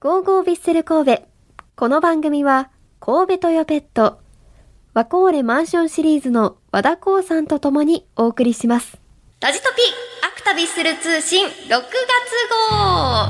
ゴーゴービッセル神戸。この番組は神戸トヨペット、ワコーレマンションシリーズの和田光さんと共にお送りします。 ラジトピアクタビッセル通信6月号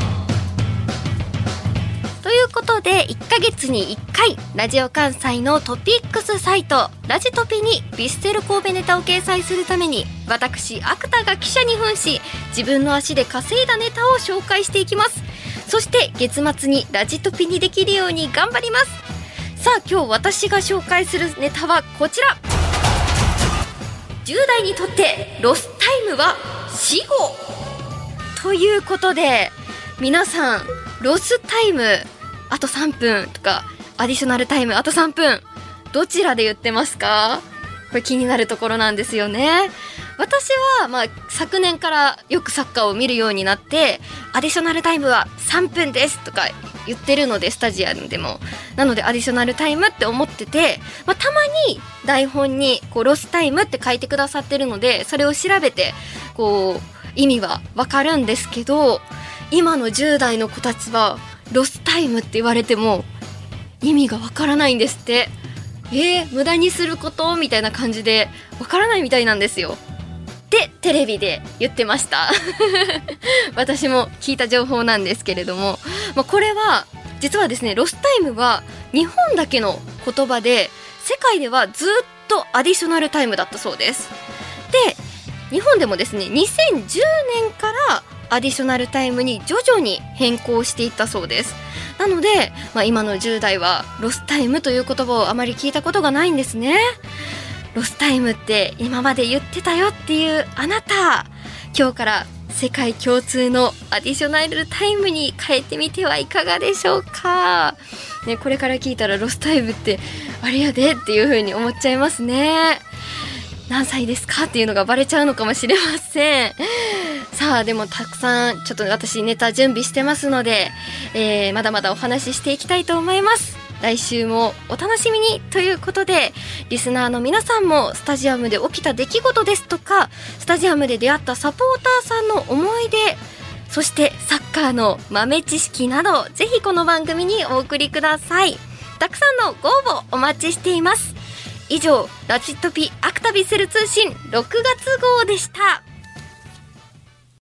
ということで、1ヶ月に1回ラジオ関西のトピックスサイトラジトピにビッセル神戸ネタを掲載するために、私アクタが記者に扮し、自分の足で稼いだネタを紹介していきます。そして月末にラジトピにできるように頑張ります。さあ、今日私が紹介するネタはこちら。10代にとってロスタイムは死後ということで、皆さんロスタイムあと3分とかアディショナルタイムあと3分、どちらで言ってますか？これ気になるところなんですよね。私は昨年からよくサッカーを見るようになって、アディショナルタイムは3分ですとか言ってるので、スタジアムでも。なのでアディショナルタイムって思ってて、たまに台本にロスタイムって書いてくださってるので、それを調べて意味はわかるんですけど、今の10代の子たちはロスタイムって言われても意味がわからないんですって。無駄にすることみたいな感じでわからないみたいなんですよってテレビで言ってました私も聞いた情報なんですけれども、これは実はですね、ロスタイムは日本だけの言葉で、世界ではずっとアディショナルタイムだったそうです。で、日本でもですね、2010年からアディショナルタイムに徐々に変更していったそうです。なので、今の10代はロスタイムという言葉をあまり聞いたことがないんですね。ロスタイムって今まで言ってたよっていうあなた、今日から世界共通のアディショナルタイムに変えてみてはいかがでしょうか、ね、これから聞いたらロスタイムってあれやでっていう風に思っちゃいますね。何歳ですかっていうのがバレちゃうのかもしれません。さあ、でもたくさんちょっと私ネタ準備してますので、まだまだお話ししていきたいと思います。来週もお楽しみにということで、リスナーの皆さんもスタジアムで起きた出来事ですとか、スタジアムで出会ったサポーターさんの思い出、そしてサッカーの豆知識など、ぜひこの番組にお送りください。たくさんのご応募お待ちしています。以上、ラジトピアクタビッセル通信6月号でした。